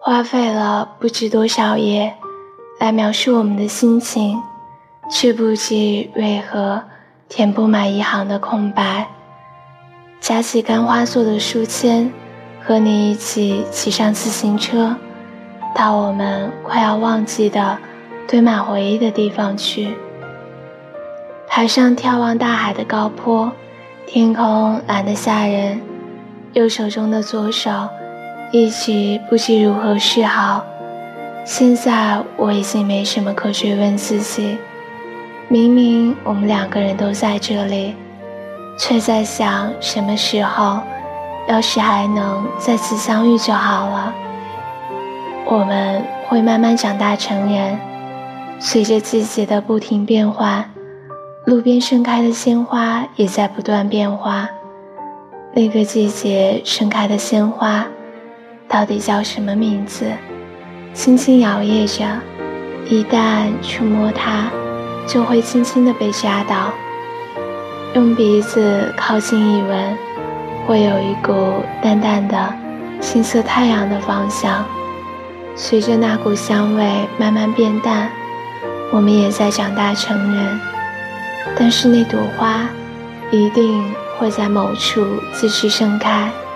花费了不知多少页来描述我们的心情，却不知为何填不满一行的空白。夹起干花做的书签，和你一起骑上自行车，到我们快要忘记的堆满回忆的地方去。爬上眺望大海的高坡，天空蓝得吓人，右手中的左手一直不知如何是好。现在我已经没什么可追问自己，明明我们两个人都在这里，却在想什么时候要是还能再次相遇就好了。我们会慢慢长大成人，随着季节的不停变换，路边盛开的鲜花也在不断变化。那个季节盛开的鲜花到底叫什么名字？轻轻摇曳着，一旦触摸它，就会轻轻地被扎倒。用鼻子靠近一闻，会有一股淡淡的青色太阳的芳香。随着那股香味慢慢变淡，我们也在长大成人，但是那朵花一定会在某处继续盛开。